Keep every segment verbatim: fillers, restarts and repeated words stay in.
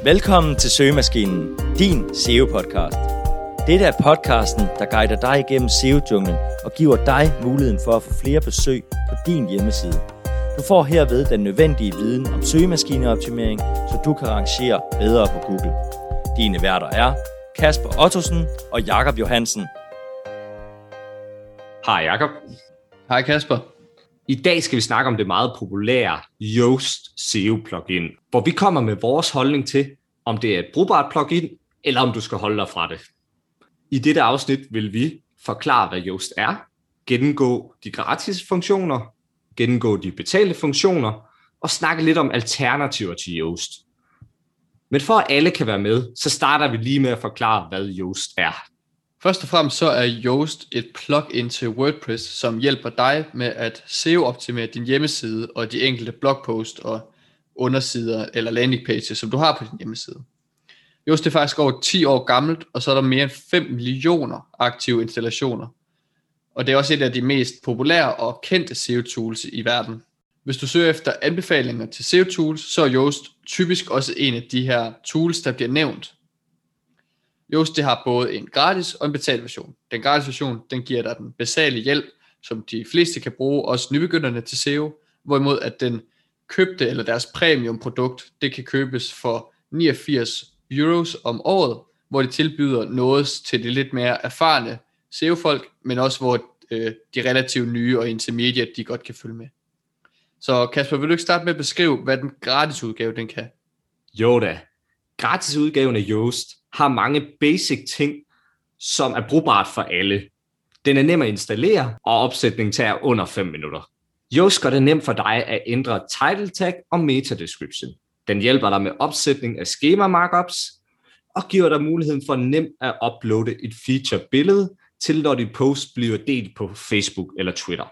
Velkommen til Søgemaskinen, din S E O-podcast. Dette er podcasten, der guider dig igennem S E O-junglen og giver dig muligheden for at få flere besøg på din hjemmeside. Du får herved den nødvendige viden om søgemaskineoptimering, så du kan rangere bedre på Google. Dine værter er Kasper Ottosen og Jakob Johansen. Hej Jakob. Hej Kasper. I dag skal vi snakke om det meget populære Yoast S E O-plugin, hvor vi kommer med vores holdning til, om det er et brugbart plugin, eller om du skal holde dig fra det. I dette afsnit vil vi forklare, hvad Yoast er, gennemgå de gratis funktioner, gennemgå de betalte funktioner, og snakke lidt om alternativer til Yoast. Men for at alle kan være med, så starter vi lige med at forklare, hvad Yoast er. Først og fremmest så er Yoast et plugin til WordPress, som hjælper dig med at S E O-optimere din hjemmeside og de enkelte blogpost og undersider eller landing pages, som du har på din hjemmeside. Yoast er faktisk over ti år gammelt, og så er der mere end fem millioner aktive installationer. Og det er også et af de mest populære og kendte S E O-tools i verden. Hvis du søger efter anbefalinger til S E O-tools, så er Yoast typisk også en af de her tools, der bliver nævnt. Yoast det har både en gratis og en betalt version. Den gratis version, den giver dig den basale hjælp, som de fleste kan bruge, også nybegynderne til S E O, hvorimod at den købte eller deres premium produkt, det kan købes for niogfirs euros om året, hvor de tilbyder noget til de lidt mere erfarne S E O-folk, men også hvor øh, de relativt nye og intermediate, de godt kan følge med. Så Kasper, vil du ikke starte med at beskrive, hvad den gratis udgave den kan? Jo da. Gratis udgaven af Yoast har mange basic ting, som er brugbart for alle. Den er nem at installere, og opsætningen tager under fem minutter. Yoast gør det nemt for dig at ændre title tag og meta description. Den hjælper dig med opsætning af schema markups, og giver dig muligheden for nemt at uploade et feature billede, til når dit post bliver delt på Facebook eller Twitter.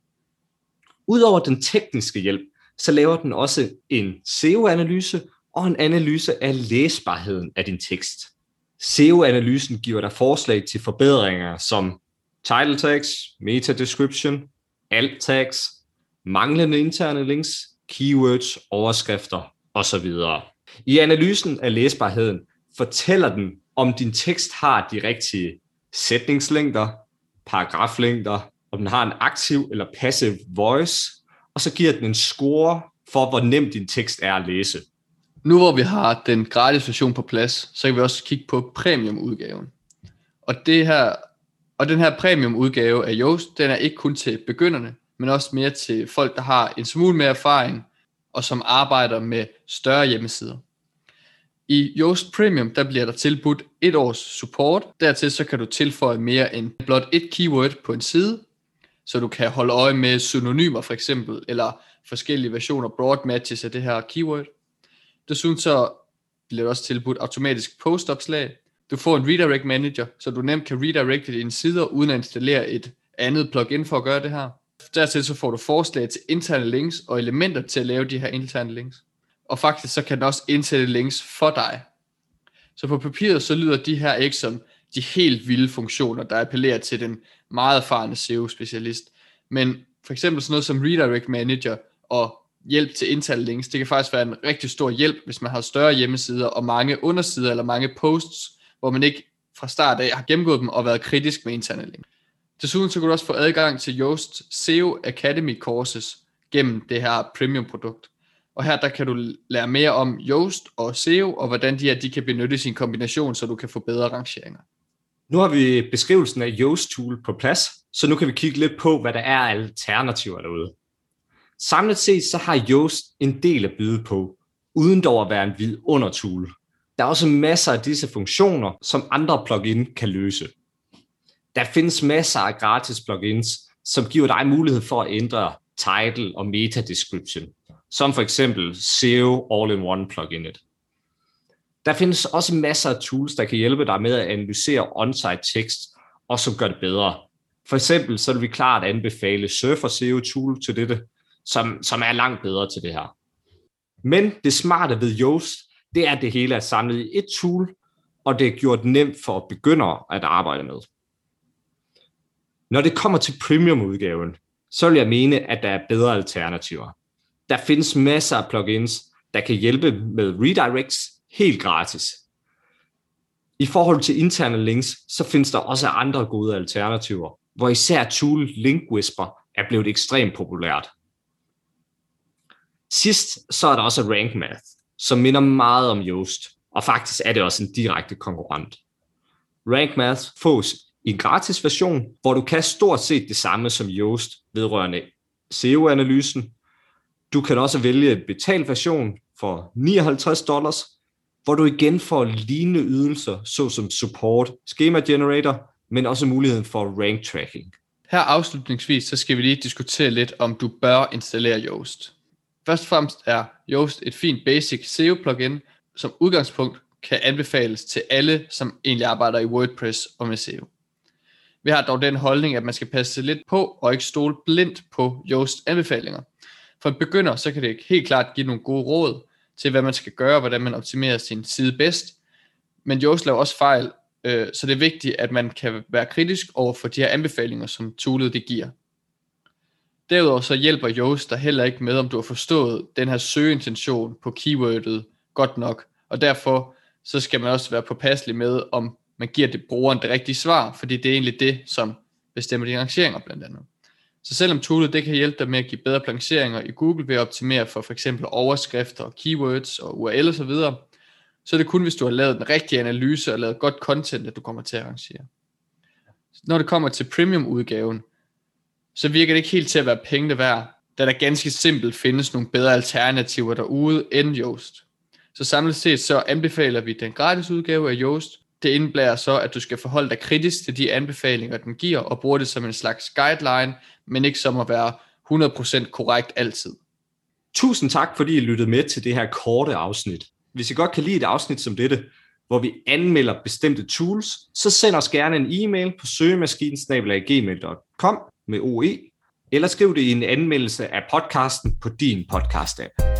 Udover den tekniske hjælp, så laver den også en S E O-analyse og en analyse af læsbarheden af din tekst. S E O-analysen giver dig forslag til forbedringer som title tags, meta description, alt tags, manglende interne links, keywords, overskrifter osv. I analysen af læsbarheden fortæller den, om din tekst har de rigtige sætningslængder, paragraflængder, om den har en aktiv eller passiv voice, og så giver den en score for, hvor nemt din tekst er at læse. Nu hvor vi har den gratis version på plads, så kan vi også kigge på premium-udgaven. Og, det her, og den her premium-udgave af Yoast, den er ikke kun til begynderne, men også mere til folk, der har en smule mere erfaring, og som arbejder med større hjemmesider. I Yoast Premium, der bliver der tilbudt et års support. Dertil så kan du tilføje mere end blot et keyword på en side, så du kan holde øje med synonymer for eksempel, eller forskellige versioner broad matches af det her keyword. Desuden så bliver der også tilbudt automatisk postopslag. Du får en redirect manager, så du nemt kan redirecte dine sider uden at installere et andet plugin for at gøre det her. Dertil så får du forslag til interne links og elementer til at lave de her interne links. Og faktisk så kan den også indsætte links for dig. Så på papiret så lyder de her ikke som de helt vilde funktioner, der appellerer til den meget erfarne S E O-specialist. Men for eksempel sådan noget som redirect manager og hjælp til interne links, det kan faktisk være en rigtig stor hjælp, hvis man har større hjemmesider og mange undersider eller mange posts, hvor man ikke fra start af har gennemgået dem og været kritisk med interne links. Desuden så kan du også få adgang til Yoast S E O Academy courses gennem det her premium-produkt. Og her der kan du lære mere om Yoast og S E O, og hvordan de her de kan benyttes i en kombination, så du kan få bedre rangeringer. Nu har vi beskrivelsen af Yoast-tool på plads, så nu kan vi kigge lidt på, hvad der er af alternativer derude. Samlet set så har Yoast en del at byde på, uden dog at være en vidundertool. Der er også masser af disse funktioner, som andre plugin kan løse. Der findes masser af gratis plugins, som giver dig mulighed for at ændre title og meta description, som for eksempel S E O All-in-One pluginet. Der findes også masser af tools, der kan hjælpe dig med at analysere on-site tekst, og som gør det bedre. For eksempel så vil vi klart anbefale Surfer S E O tool til dette, som, som er langt bedre til det her. Men det smarte ved Yoast, det er, at det hele er samlet i et tool, og det er gjort nemt for begyndere at arbejde med. Når det kommer til premium-udgaven, så vil jeg mene, at der er bedre alternativer. Der findes masser af plugins, der kan hjælpe med redirects helt gratis. I forhold til interne links, så findes der også andre gode alternativer, hvor især tool LinkWhisper er blevet ekstremt populært. Sidst så er der også RankMath, som minder meget om Yoast, og faktisk er det også en direkte konkurrent. RankMath fås i en gratis version, hvor du kan stort set det samme som Yoast vedrørende S E O-analysen. Du kan også vælge en betalt version for nioghalvtreds dollars, hvor du igen får lignende ydelser, såsom support, schema generator, men også muligheden for rank tracking. Her afslutningsvis så skal vi lige diskutere lidt, om du bør installere Yoast. Først og fremmest er Yoast et fint basic S E O-plugin, som udgangspunkt kan anbefales til alle, som egentlig arbejder i WordPress og med S E O. Vi har dog den holdning, at man skal passe sig lidt på og ikke stole blindt på Yoast anbefalinger. For en begynder, så kan det helt klart give nogle gode råd til, hvad man skal gøre, og hvordan man optimerer sin side bedst. Men Yoast laver også fejl, øh, så det er vigtigt, at man kan være kritisk over for de her anbefalinger, som toolet det giver. Derudover så hjælper Yoast dig heller ikke med, om du har forstået den her søgeintention på keywordet godt nok, og derfor så skal man også være påpasselig med, om man giver det brugeren det rigtige svar, fordi det er egentlig det, som bestemmer dine rangeringer blandt andet. Så selvom toolet det kan hjælpe dig med at give bedre placeringer i Google ved at optimere for f.eks. overskrifter, keywords og U R L osv., så, så er det kun, hvis du har lavet den rigtige analyse og lavet godt content, at du kommer til at rangere. Når det kommer til premium-udgaven, så virker det ikke helt til at være pengene værd, da der ganske simpelt findes nogle bedre alternativer derude end Yoast. Så samlet set så anbefaler vi den gratis udgave af Yoast. Det indebærer så, at du skal forholde dig kritisk til de anbefalinger, den giver, og bruge det som en slags guideline, men ikke som at være hundrede procent korrekt altid. Tusind tak, fordi I lyttede med til det her korte afsnit. Hvis I godt kan lide et afsnit som dette, hvor vi anmelder bestemte tools, så send os gerne en e-mail på søgemaskinen snabel-a gmail punktum com med O E, eller skriv det i en anmeldelse af podcasten på din podcast-app.